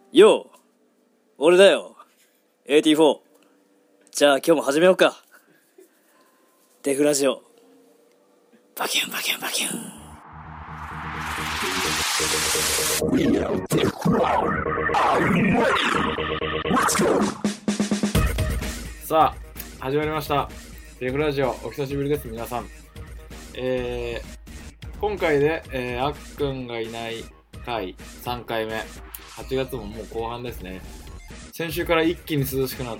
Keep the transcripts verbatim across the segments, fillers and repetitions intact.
よう、俺だよ エーティーフォー。 じゃあ今日も始めようか。デフラジオバキュンバキュンバキュン。 さあ始まりましたデフラジオ。お久しぶりです皆さん。えー、今回で、えー、あっくんがいない回さんかいめ。はちがつももう後半ですね。先週から一気に涼しくなって、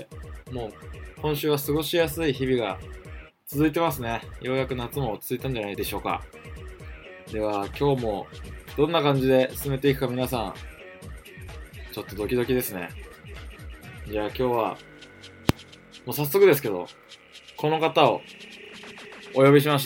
もう今週は過ごしやすい日々が続いてますね。ようやく夏も落ち着いたんじゃないでしょうか。では今日もどんな感じで進めていくか、皆さんちょっとドキドキですね。じゃあ今日はもう早速ですけど、この方をお呼びしました。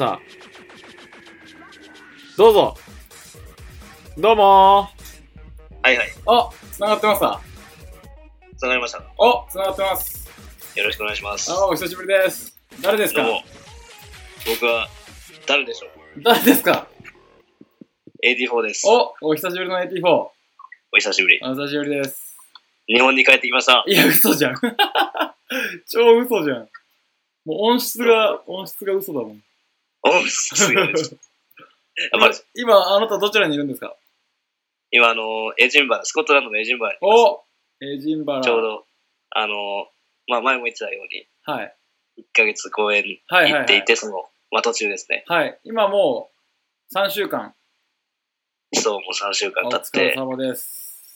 どうぞ。どうもー。 はいはい。 あ、繋がってますか？ つながりました。 お、繋がってます。 よろしくお願いします。 あ、お久しぶりです。誰ですか？ どうも。僕は、誰でしょう？ 誰ですか？ エーティーフォー です。 お、お久しぶりの エーティーフォー。 お久しぶり。 お久しぶりです。 日本に帰ってきました。 いや、嘘じゃん。超嘘じゃん。もう音質が、音質が嘘だもん。 おう、さすがです。やっぱり、 今、あなたどちらにいるんですか？ 今、あの、エジンバラ、スコットランドのエジンバラにいます。 お、エジンバラ。 ちょうど、あの、まあ、前も言ってたように、 はい。 いっかげつ公演行っていて、 はいはいはい、 その、まあ、途中ですね。 はい。今もう、さんしゅうかん。 そう、もうさんしゅうかん経って。 お疲れ様です。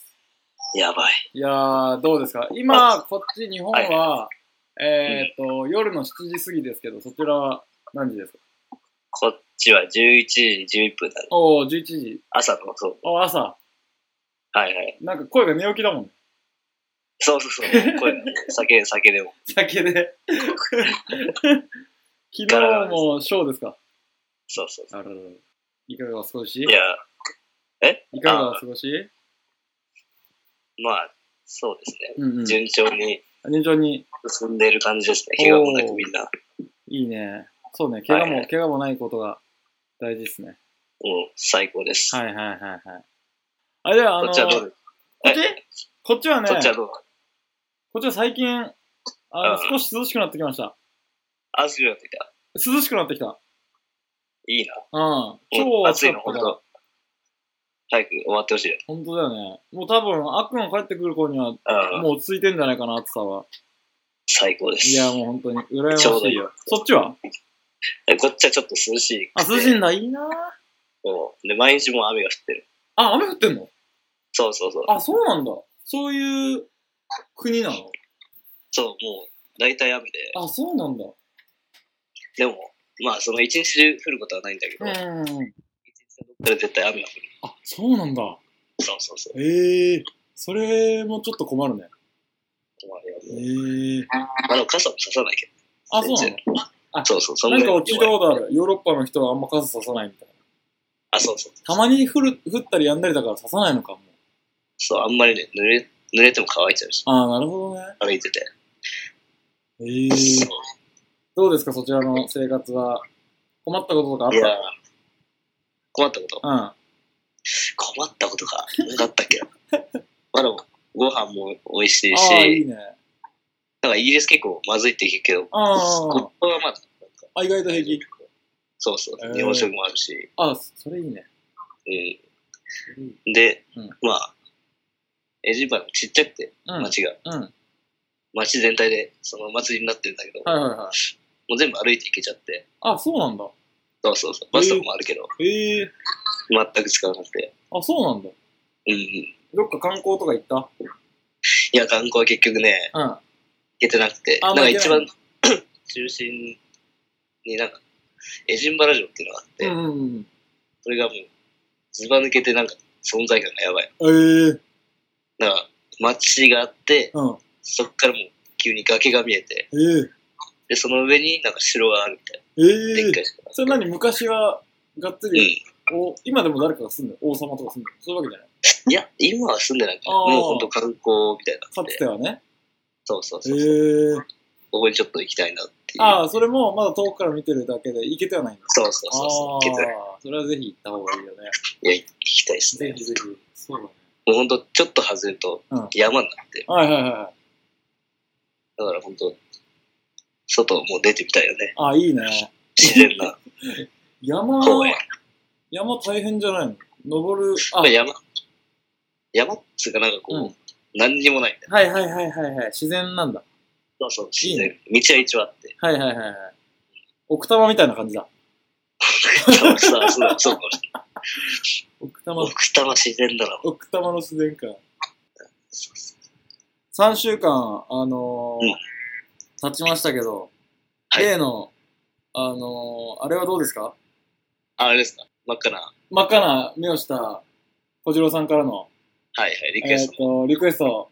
やばい。 いやー、どうですか？今、こっち日本は、はい、えーと、うん、夜のしちじ過ぎですけど、そちらは何時ですか？ こっちはじゅういちじじゅういっぷんだね。 おー、じゅういちじ。 朝の、そう。 お、朝。 はいはい。 なんか声が寝起きだもんね。 そうそうそう。声が、酒、酒でも。 酒で。昨日もショーですか？ そうそうそう。 あららら。いかがお過ごし？ いや、えいかがお過ごし？ まあ、そうですね。 うんうん、 順調に。 順調に。 進んでいる感じですね。怪我もなくみんな。 いいね。そうね。怪我も、はいはい、怪我もないことが大事ですね。 もう、最高です。 はいはいはいはい。あれでは、あのー、 こっちはどうこっちこっちはね、 こっちはどうこっちは最近、あの、少し涼しくなってきました。 あ、涼しくなってきた。 涼しくなってきた。 いいな。 うん。超暑いの、ほんと。早く終わってほしい。 ほんとだよね。もう多分、あっくんが帰ってくる頃には、もう落ち着いてんじゃないかな、暑さは。 最高です。 いや、もうほんとに、羨ましい。ちょうどいいよ。そっちはこっちはちょっと涼しい。 あ、涼しいんだ、いいなぁ。 そう。で、毎日もう雨が降ってる。 あ、雨降ってんの？ そうそうそう。 あ、そうなんだ。そういう国なの？ そう、もう、大体雨で。 あ、そうなんだ。 でも、まあ、その一日中降ることはないんだけど、 うん。一日どっかで絶対雨が降る。 あ、そうなんだ。 そうそうそう。 へえー、それもちょっと困るね。 困るよ。 へえー。 あの、傘もささないけど。 あ、そうなの？あ、そうそう、そんなに。なんか聞いたことある。ヨーロッパの人はあんま傘ささないみたいな。 あ、そうそう。 たまに降る、降ったりやんだりだからささないのかも。 そう、あんまりね、濡れ、濡れても乾いちゃうし。 ああ、なるほどね。 歩いてて。 ええー。どうですか、そちらの生活は。困ったこととかあった？いや、 困ったこと？ うん。 困ったことか。なかったっけまだご飯も美味しいし。 ああ、いいね。 なんかイギリス結構まずいって聞くけど、 ああ。 ここはまだ。 あ、意外と平気。 そうそう。えー、日本食もあるし。 あ、それいいね。 うん。で、うん、まあ、エジンバラもちっちゃくて、街が。うん。うん、街全体で、その祭りになってるんだけど、 はいはいはい。 もう全部歩いて行けちゃって。 あ、そうなんだ。 そうそうそう。バスとかもあるけど。 ええー。 全く使わなくて。 あ、そうなんだ。 うんうん。 どっか観光とか行った？ いや、観光は結局ね、うん。行けてなくて。なんか一番中心になんか、エジンバラ城っていうのがあって、うんうんうん、それがもう、ずば抜けてなんか存在感がやばい。 ええー。 なんか、街があって、うん、そっからもう急に崖が見えて、えー、で、その上になんか城があるみたいな。ええー。でっかい城が。それ何昔はがっつり、うん、お今でも誰かが住んでる？王様とか住んでる？そういうわけじゃない？ いや、今は住んでないから、もうほんと観光みたいな。 かつてはね。 そうそうそうそう。えー、ここにちょっと行きたいなっていう。 ああ、それもまだ遠くから見てるだけで行けてはないんだ。 そうそうそうそう。行けてない。 それはぜひ行った方がいいよね。 いや、行きたいですね。 ぜひぜひ。そうだね。 もうほんとちょっと外れると山になって。 うん、はいはいはい。 だからほんと、外もう出てみたいよね。 あ、いいね。 自然な。 山、山大変じゃないの？登る、 あ、山、山っつうかなんかこう、うん、何にもないみたいな。はいはいはいはいはい。自然なんだ。 そうそう、自然。いいね、道は一応あって。 はいはいはいはい。奥多摩みたいな感じだ。 そうそう、そうかもしれない。 奥多摩。 奥多摩自然だな。 奥多摩の自然か。さんしゅうかん、あのーうん、経ちましたけど、はい、例の、あのー、あれはどうですか？ あ、あれですか？真っ赤な。 真っ赤な目をした小次郎さんからの、 はいはい、リクエスト。 えー、とリクエスト、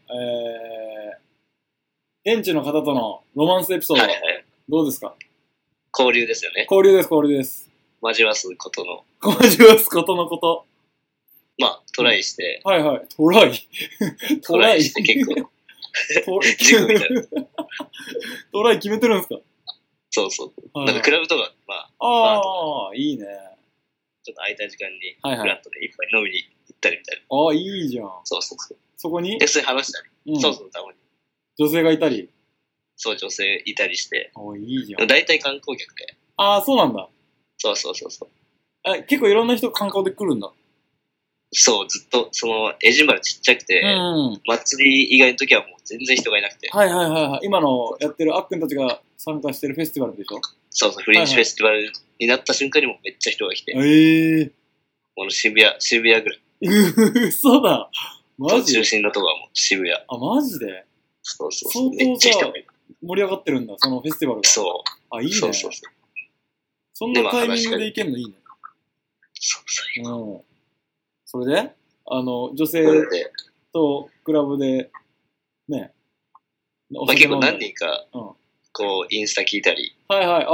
えー、現地の方とのロマンスエピソード、はいはい、どうですか？ 交流ですよね。 交流です、交流です。 交わすことの。 交わすことのこと。 まあ、トライして。 はいはい、トライトライして結構。塾みたいな。 トライ決めてるんですか？ そうそう。なんかクラブとか、まあ。 ああ、いいね。 ちょっと空いた時間に、フラットで一杯飲みに行ったりみたいな。 ああ、いいじゃん。 そうそうそう。 そこにで、それ話したり。うん、そうそう、たまに。 女性がいたり。 そう、女性いたりして。 ああ、いいじゃん。 大体観光客で。 ああ、そうなんだ。 そうそうそうそう。 え、結構いろんな人観光で来るんだ。 そう、ずっと、その、エジンバラちっちゃくて、うん、祭り以外の時はもう全然人がいなくて。 はいはいはいはい。今のやってるあっくんたちが参加してるフェスティバルでしょ？ そうそう、フリンチフェスティバルになった瞬間にもめっちゃ人が来て。 ええー。 この渋谷、渋谷ぐらい。 嘘だ。マジ？ 中心のとこはもう渋谷。 あ、マジで？ そうそうそう。 相当さ、盛り上がってるんだ、そのフェスティバルが。 そう。 あ、いいね。 そうそうそう。 そんなタイミングで行けんのいいね。 そうそう。 うん。それであの、女性とクラブで、ね。 まあ結構何人か、うん、こう、インスタ聞いたり。 はいはい、ああ。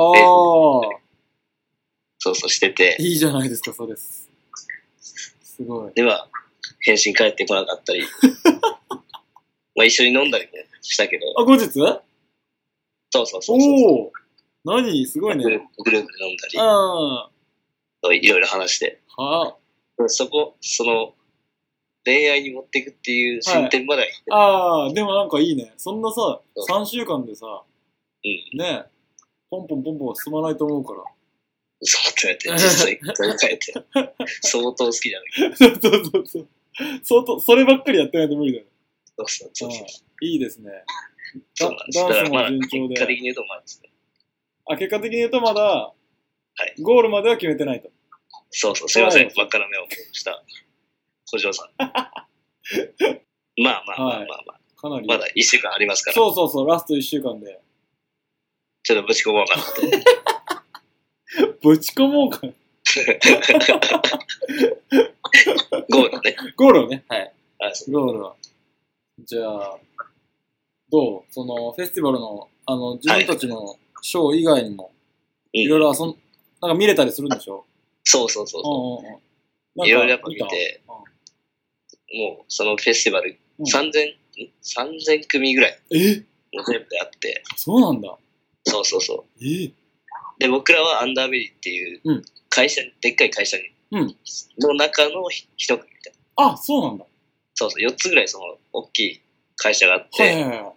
そうそうしてて。 いいじゃないですか、そうです。すごい。 では、返信返ってこなかったり。まあ一緒に飲んだりもしたけど。 あ、後日？そうそうそうそう。 おお。何すごいね。 グループで飲んだり。 ああ。いろいろ話して。 はあ。そこ、その、恋愛に持っていくっていう進展まで、はい、 ああ、でもなんかいいね。そんなさ、さんしゅうかんでさ、うん、ね、ポンポンポンポン進まないと思うから。 そうって言われて、実際考えて、相当好きじゃないそうそうそうそう。相当、そればっかりやってないと無理だよ。 そうそうそうそう。 いいですね。 そうなんです。 ダンスも順調で。 結果的に言うとまだですね。 あ、結果的に言うとまだ、はい、ゴールまでは決めてないと。 そうそう、すいません。真っ赤な目をした小嬢さん。まあまあまあまあまあ、はい、かなりまだいっしゅうかんありますから。 そうそうそう、ラストいっしゅうかんで。 ちょっとぶち込もうかなって。 ぶち込もうかな。 ゴールね。 ゴールね。はい。 あ、 ゴールは。じゃあ、どうその、フェスティバルの、あの、自分たちのショー以外にも、いろいろ遊ん、なんか見れたりするんでしょ？ そうそうそうそう。うんうんうん、いろいろやっぱ見て、うん、もうそのフェスティバル、うん、さんぜん、さんぜん組ぐらい。 え？ もう全部であって。 そうなんだ。 そうそうそう。 え？ で、僕らはアンダーベリーっていう会社に、うん、でっかい会社に、うん、の中の一組みたいな。あ、そうなんだ。 そうそう、よっつぐらいその大きい会社があって、はいはいはい、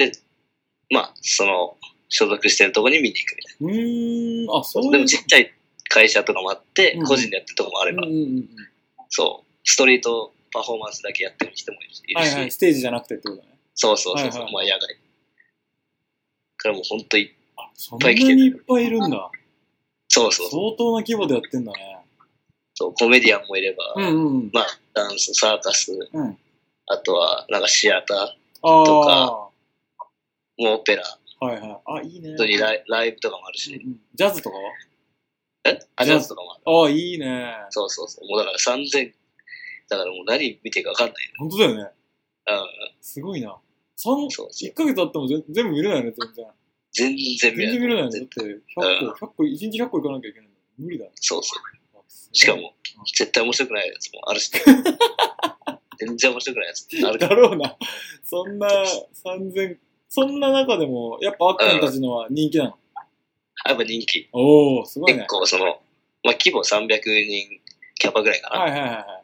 で、まあ、その、所属してるところに見に行くみたいな。 うーん、あ、そういう。 でもちっちゃい会社とかもあって、うん、個人でやってるところもあれば、うんうんうん、そう、ストリートパフォーマンスだけやってる人もいるし、 はいはい、ステージじゃなくてってことだね。 そうそうそう、はいはい、まあ野外。からもう本当にいっぱい来てる。そんなにいっぱいいるんだ。 そうそう。 相当な規模でやってんだね。 そう、コメディアンもいれば、うんうん、まあ、ダンス、サーカス、うん、あとは、なんかシアターとか、もうオペラ。 はいはい。あ、いいね。 本当にライ、ライブとかもあるし。 うんうん、ジャズとかは？ えあ、ジャズとかもある。 ああ、いいね。 そうそうそう。もうだからさんぜん、だからもう何見ていいか分かんない。 本当だよね。 うん。 すごいな。三いっかげつあっても全部見れないね、全然。 全然見れない。 全然見れないね。だってひゃっこ、ひゃっこ、いちにちひゃっこ行かなきゃいけないの。無理だね。 そうそう。しかも、絶対面白くないやつもあるし、ね。全然面白くないやつあるだろうな。そんなさんぜん、そんな中でも、やっぱあっくんたちのは人気なの？ やっぱ人気。 おー、すごいね。 結構その、まあ、規模さんびゃくにんキャパぐらいかな。 はいはいはい。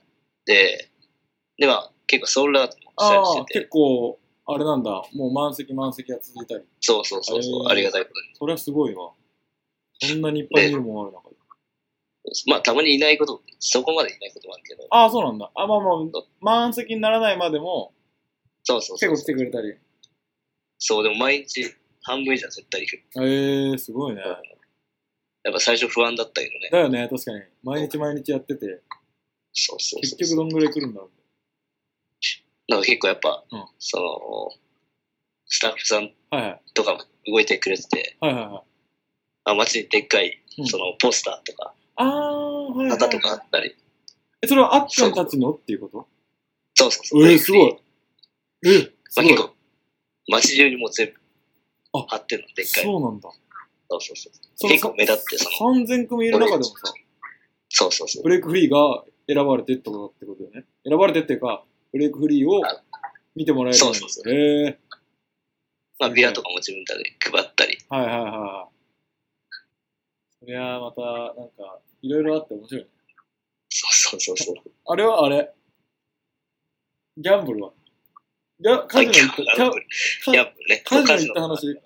で、では結構ソールドアウトもしたりしてて。 結構、あれなんだ、もう満席満席が続いたり。 そうそうそうそう、ありがたいことに。 それはすごいわ。そんなにいっぱい見るもんある中で。 まあ、たまにいないこと、そこまでいないこともあるけど。 ああ、そうなんだ。あ、まあまあ、満席にならないまでも、 そうそうそう。 結構来てくれたり。 そう、でも毎日半分以上絶対行く。 ええー、すごいね。 やっぱ最初不安だったけどね。 だよね、確かに。毎日毎日やってて。 そうそうそう。 結局どんぐらい来るんだろう。 なんか結構やっぱ、うん、その、スタッフさんとかも動いてくれてて、 はいはいはい。 あ、街にでっかい、その、ポスターとか、 ああ、はい、はい。 旗とかあったり。 え、それはあっちゃんたちのっていうこと？ そうそうそう。 えー、すごい。えー、 まあ結構、街中にもう全部貼ってるの、でっかい。 そうなんだ。 そうそうそう。結構目立って、その。さんぜん組いる中でもさ、 そうそうそう。 ブレイクフリーが選ばれてってことってことだよね。選ばれてっていうか、ブレイクフリーを見てもらえるそうそうそう。 へえ。 まあ、ビラとかも自分たちで配ったり。 はいはいはい。そりゃまた、なんか、いろいろあって面白いね。 そうそうそうそう。 あれはあれ。ギャンブルはギャカジノ行った、 ギャンブル。ギャンブルね。 カジノ行った話。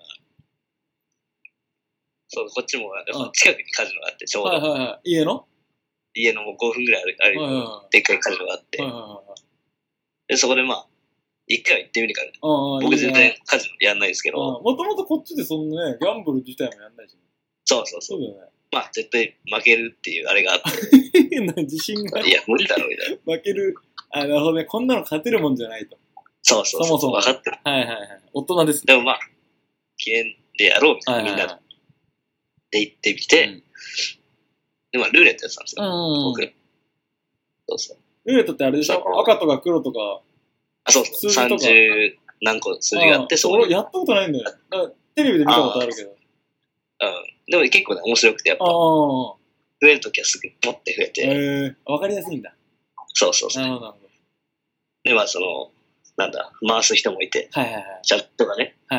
そう、こっちも近くにカジノがあって、ちょうど。 はいはいはい。家の家のもうごふんぐらいある、 はいはいはい、 でっかいカジノがあって。はいはいはい、で、そこでまあ、一回は行ってみるから、ね、僕全然カジノやんないですけど。 もともとこっちでそんなね、ギャンブル自体もやんないし、ね。 そうそうそう。 そうだよね。 まあ、絶対負けるっていうあれがあって。 自信が。 いや、無理だろ、みたいな。負ける。あ、なるほどね。こんなの勝てるもんじゃないと。 そうそうそう。そもそも分かってる。 はいはいはい。大人です、 ね。でもまあ、記念でやろうみたいな、みんなで。で、行ってみて、うん、で、まあ、ルーレットやってたんですよ。うん、僕ら。そうそう。 ルーレットってあれでしょ？赤とか黒とか。 あ、そうそう。さんじゅう何個数字があって、 そう。俺やったことないんだよ。テレビで見たことあるけど。うん。 でも結構ね、面白くて、やっぱ。増えるときはすぐポッて増えて。 へえー、わかりやすいんだ。 そうそうそう。なるほど。で、まあ、その、なんだ、回す人もいて。 はいはいはい。 チャットがね。 はい。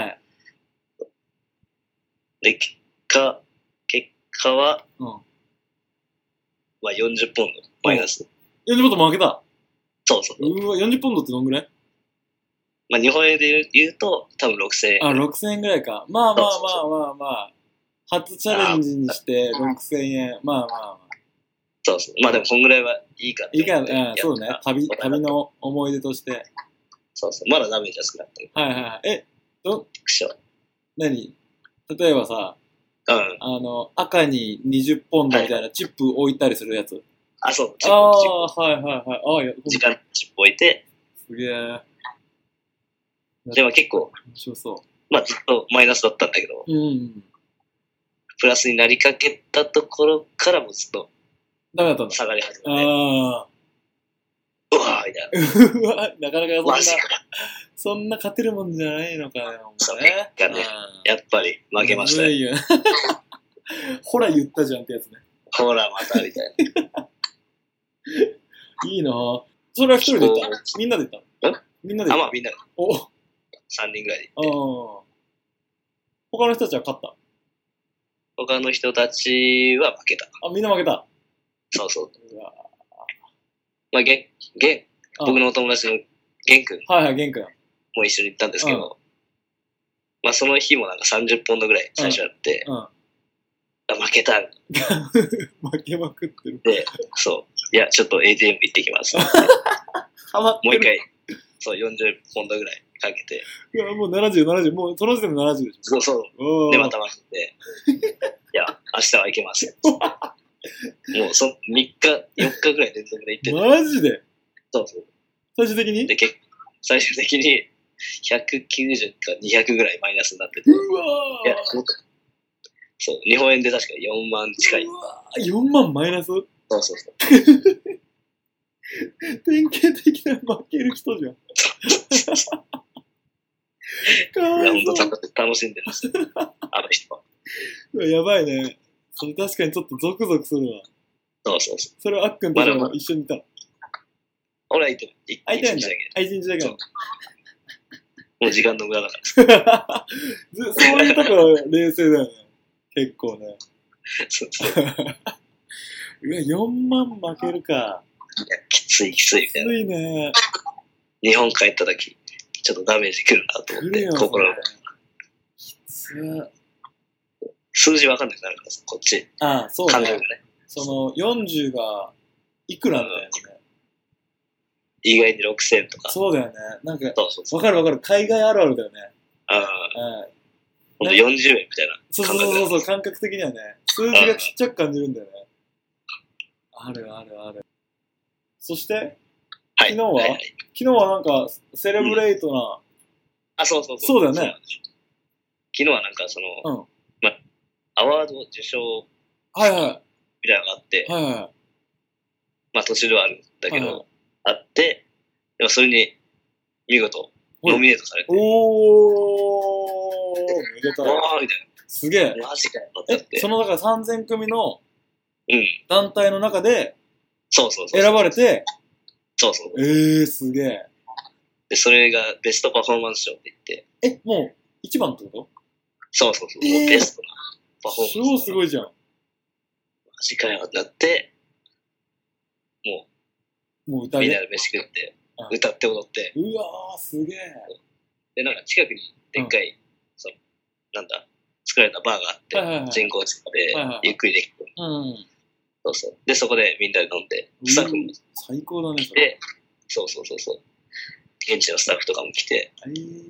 で、結果、結果は、 うん。 まあ、よんじゅうポンド、マイナス。 よんじゅうポンド負けた。 そうそう。 うわ、よんじゅうポンドってどんぐらい？ まあ、日本円で言うと、多分ろくせんえん。 あ、ろくせんえんぐらいか。まあまあまあまあまあ。初チャレンジにしてろくせんえん。まあまあまあ。 そうそう。まあでも、こんぐらいはいいかって思って。いいか、うん、そうね。旅、旅の思い出として。 そうそう。まだダメージは少なくて。 はいはい。え、ど、何例えばさ、 うん。 あの、赤ににじゅうポンドみたいなチップ置いたりするやつ。 あ、そう。 ああ、はいはいはい。ああ、 時間チップ置いて。 すげえ。 でも結構、 面白そう。 まあずっとマイナスだったんだけど、 うん。 プラスになりかけたところからもずっと、 ダメだったんだ。 下がり始めて。 ああ。 うわーみたいな。うわ、なかなかそんな、そんな勝てるもんじゃないのかよ。 そうね。がね、やっぱり負けましたよ。 ほら言ったじゃんってやつね。 ほらまたみたいな。 いいなぁ。それは一人で行ったの？みんなで行ったの？みんなで行ったの？ あ、まあみんなで。 おさんにんぐらいで行って。 他の人たちは勝った？ 他の人たちは負けた。 あ、みんな負けた？ そうそう。うわまあ、ゲン、ゲン、僕のお友達のゲン君。 はいはい、ゲン君。 もう一緒に行ったんですけど、まあその日もなんかさんじゅうポンドぐらい最初あって、うんうん、負けた。 負けまくってる。 で、そう。いや、ちょっと エーティーエム 行ってきます。 はまってる。 もう一回、そう、よんじゅうポンドぐらいかけて。 いや、もうななじゅう、ななじゅう、もうその時点でななじゅうでしょ。そうそう。で、また負けて、いや、明日は行けますよ。もうそ、みっか、よっかぐらい連続で行ってて。 マジで？ そうそう。 最終的に？ で、結最終的にひゃくきゅうじゅうかにひゃくぐらいマイナスになってて。 うわーいや、そう、日本円で確かよんまん近い。 うわー、よんまんマイナス？そうそうそう。 典型的な負ける人じゃん。 かわいそう。いや、ほんと楽しんでます。あの人は。 やばいね。それ確かにちょっとゾクゾクするわ。 そうそうそう。 それはあっくんとも一緒にいたの？ 俺は相手も。 相手なんだ。相手にしなきゃ。もう時間の無駄だから。 そういうところ冷静だよね。結構ね。 そうそう。 うわ、よんまん負けるか。 きついきついみたいな。 きついね。 日本帰った時、ちょっとダメージくるなと思って、心の。 きつい。 数字わかんなくなるからさ、こっち。 ああ、そうだね。 ね。 その、よんじゅうが、いくらみたいなね。 意外にろくせんとか。 そうだよね。なんか、 そうそうそう、 わかるわかる。海外あるあるだよね。 ああ。ほんとよんじゅうえんみたいな。 そうそうそうそう、感覚的にはね。数字がちっちゃく感じるんだよね。あるあるある。そして、 はい、 昨日は、 はいはい、 昨日はなんか、セレブレイトな、うん、 あ、そうそうそう。 そうだよね。 昨日はなんかその、うん、ま、アワード受賞はいはい。 みたいなのがあって、 はいはい。 まあ途中ではあるんだけど、はいはい、あって、でもそれに見事、ノミネートされて。 おー、めでたい。 わーみたいな。 すげえ。 マジかよって。え、そのだからさんぜん組のうん。 団体の中で、 そうそうそう。 選ばれて、 そうそう。 えー、すげえ。 で、それがベストパフォーマンス賞って言って。 え、もう一番ってこと？ そうそうそう。えー、もうベストなパフォーマンス。 超すごいじゃん。マジかよってなって、もう、もう歌みんなで飯食って、歌って踊って。 うわー、すげえ。 で、なんか近くにでっかい、うん、その、なんだ、作られたバーがあって、はいはいはい、人工地でゆっくりできる。 はいはいはい、うん。 そうそう。で、そこでみんなで飲んで、スタッフも最高だね、 来て、そうそうそうそう。現地のスタッフとかも来て。 えー、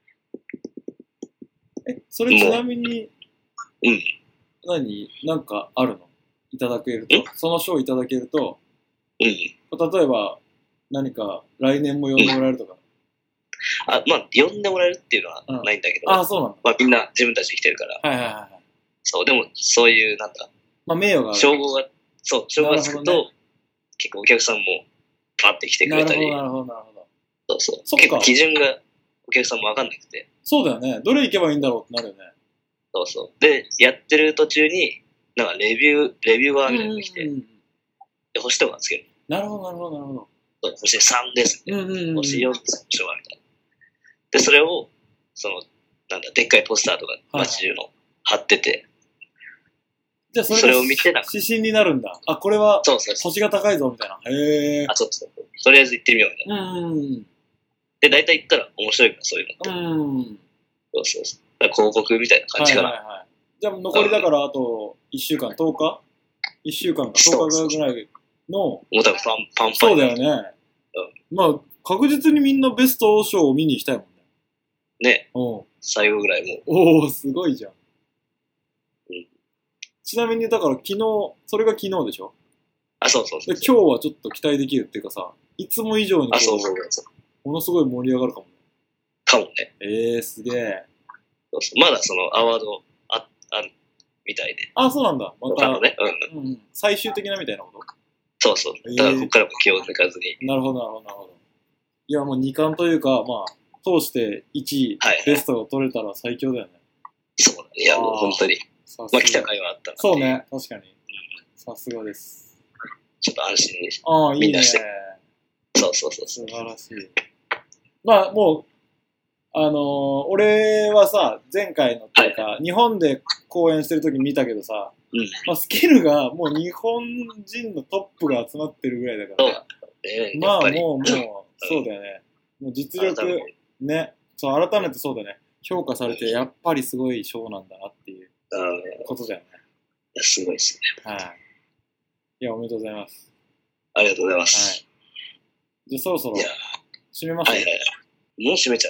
え、それちなみに、 うん。 何なんかあるのいただけると、その賞いただけると、 うん。 例えば、何か来年も呼んでもらえるとか。 うん、あ、まあ、呼んでもらえるっていうのはないんだけど、 うん、あ、そうなんだ。 まあ、みんな自分たちで来てるから。 はいはいはい。 そう、でも、そういう、なんだ、 まあ、名誉がある。 称号が、そう、称号がつくと、ね、結構お客さんもパッて来てくれたり。 なるほど、なるほど、なるほど。 そうそう。そっか。結構基準がお客さんもわかんなくて。 そうだよね。どれ行けばいいんだろうってなるよね。 そうそう。で、やってる途中に、なんかレビュー、レビューワーみたいなのが来て、で、星とかつける。 なるほど、なるほど、なるほど。 星さんですみたいな。 うんうんうん、 星よんです、星はみたいな。で、それを、その、なんだ、でっかいポスターとか街中の貼ってて、はい、 じゃあそれを見てなく指針になるんだ。あ、これは星が高いぞみたいな。へえ。 あ、そうそう。とりあえず行ってみようみたいな。 うん。 で、大体行ったら面白いから、そういうのって。うん。そうそうそう。だから広告みたいな感じかな。はいはいはい。 じゃあ残りだからあといっしゅうかん、とおか ?いっ 週間かとおかぐらいの。 もう多分パンパンパン。 そうだよね。うん。まあ、確実にみんなベスト賞を見に行きたいもんね。ね。うん。最後ぐらいもう。おお、すごいじゃん。うん。ちなみにだから昨日、それが昨日でしょ？ あ、そうそうそう。 で、今日はちょっと期待できるっていうかさ、いつも以上にこう、 あ、そうそうそう。 ものすごい盛り上がるかもね。 かもね。 えー、すげえ。 そうそう。まだそのアワードあ、あるみたいで。 あ、そうなんだ。また、 ね、 うん、うん。最終的なみたいなこと？ そうそう。だからここからも気を抜かずに。 なるほど、なるほど、なるほど。いや、もうに冠というか、まあ、通していちい、はいはい、ベストが取れたら最強だよね。 そうだね。いや、もう本当に。まあ、来た回はあったな。 そうね、確かに。さすがです。 ちょっと安心にああ、いいね。 みんなして。そうそうそう。 素晴らしい。まあ、もう、あのー、俺はさ、前回のっていうか、はい、日本で公演してる時見たけどさ、うん、まあ、スキルがもう日本人のトップが集まってるぐらいだから、えー、まあもう、もう、そうだよね。もう実力、ね、そう、改めてそうだね。評価されて、やっぱりすごいショーなんだなっていうことだよね。 いや、すごいですね。 はい。いや、おめでとうございます。 ありがとうございます。 はい。じゃあそろそろ、締めましょう。 はいはいはい。もう締めちゃう。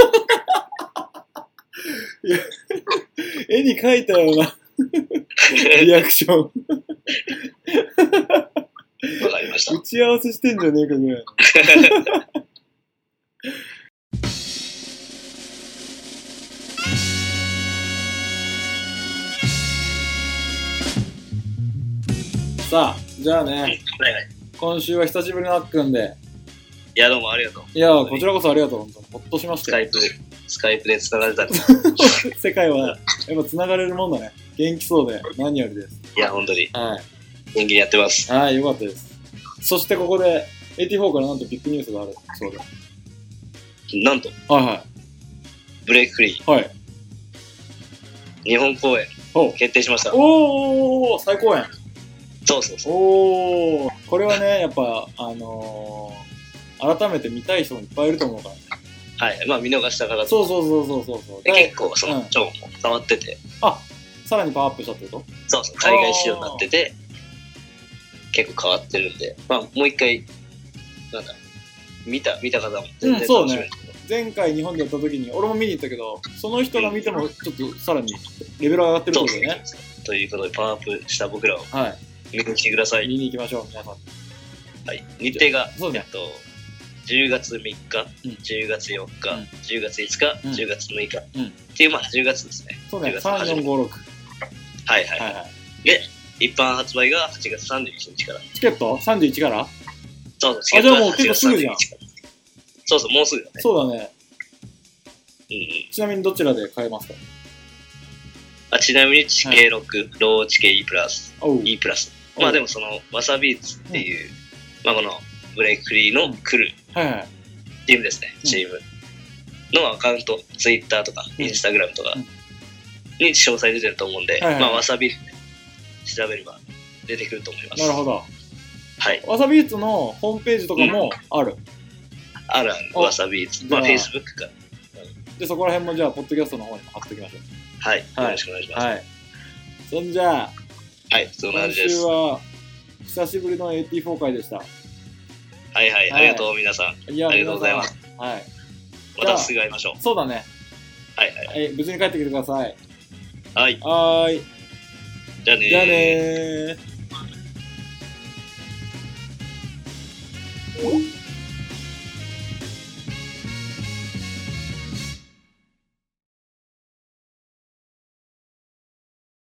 いや、絵に描いたようなリアクション。 わかりました。 打ち合わせしてんじゃねえかぐらい。さあ、じゃあね、はいはい、今週は久しぶりのあっくんで。 いや、どうもありがとう。 いや、こちらこそありがとう。本当にほっとしましたよ。 スカイプで、スカイプで繋がれたら。 世界はやっぱ繋がれるもんだね。元気そうで何よりです。 いや、本当に。 はい。 元気にやってます。 はい、よかったです。そしてここで エーティーフォー からなんとビッグニュースがあるそうで。 なんと。 はいはい。 ブレイクフリー。 はい。 日本公演決定しました。 おー、再公演。 そうそうそう。 おー、これはね、やっぱ、あのー、改めて見たい人もいっぱいいると思うからね。 はい、まあ見逃した方とそうそうそうそうそうそう。 結構そのチョーンも変わってて、うん、 あ、さらにパワーアップしたってこと？ そうそう、海外仕様になってて結構変わってるんで、まあもう一回なんだ見た見た方も全然楽しめる、うん、そうね。 前回日本でやった時に俺も見に行ったけど、その人が見てもちょっとさらにレベル上がってるってことだよね。 ということでパワーアップした僕らを見に来てください。 見に行きましょう皆さん。 はい、日程がそうね。えっとじゅうがつみっか、うん、じゅうがつよっか、うん、じゅうがついつか、うん、じゅうがつむいか、うん、っていうまあじゅうがつですね。 そうね。さん、よん、ご、ろく。 はいはい。はいはい、で、一般発売がはちがつさんじゅういちにちから。 チケット さんじゅういち から？ そうそう。 あ、じゃあもう結構すぐじゃん。 そうそう、もうすぐだね。 そうだね。 うんうん、 ちなみにどちらで買えますか？ あ、ちなみに地形ろく、はい、ロー地形 E プラス、E プラス。まあでもそのわさビーツっていう、うん、まあこのブレイクフリーのクルー、はいはい、チームですね、チームのアカウント、ツイッターとかインスタグラムとかに詳細出てると思うんで、はいはい、まあわさビーツで調べれば出てくると思います。 なるほど。 はい。 わさビーツのホームページとかもある。うん、 あるある、わさビーツ。まあ Facebook から。 で、そこら辺もじゃあポッドキャストの方にも貼っておきましょう。 はい、はい、よろしくお願いします。はい。 そんじゃあ、 はい、そんな感じです。 今週は久しぶりの エーティーフォー 回でした。 はいはい、ありがとう皆さん。いや、ありがとうございます。はい。またすぐ会いましょう。 そうだね。 はいはい。 はい、無事に帰ってきてください。 はい。 はーい。 じゃあねー。 じゃあねー。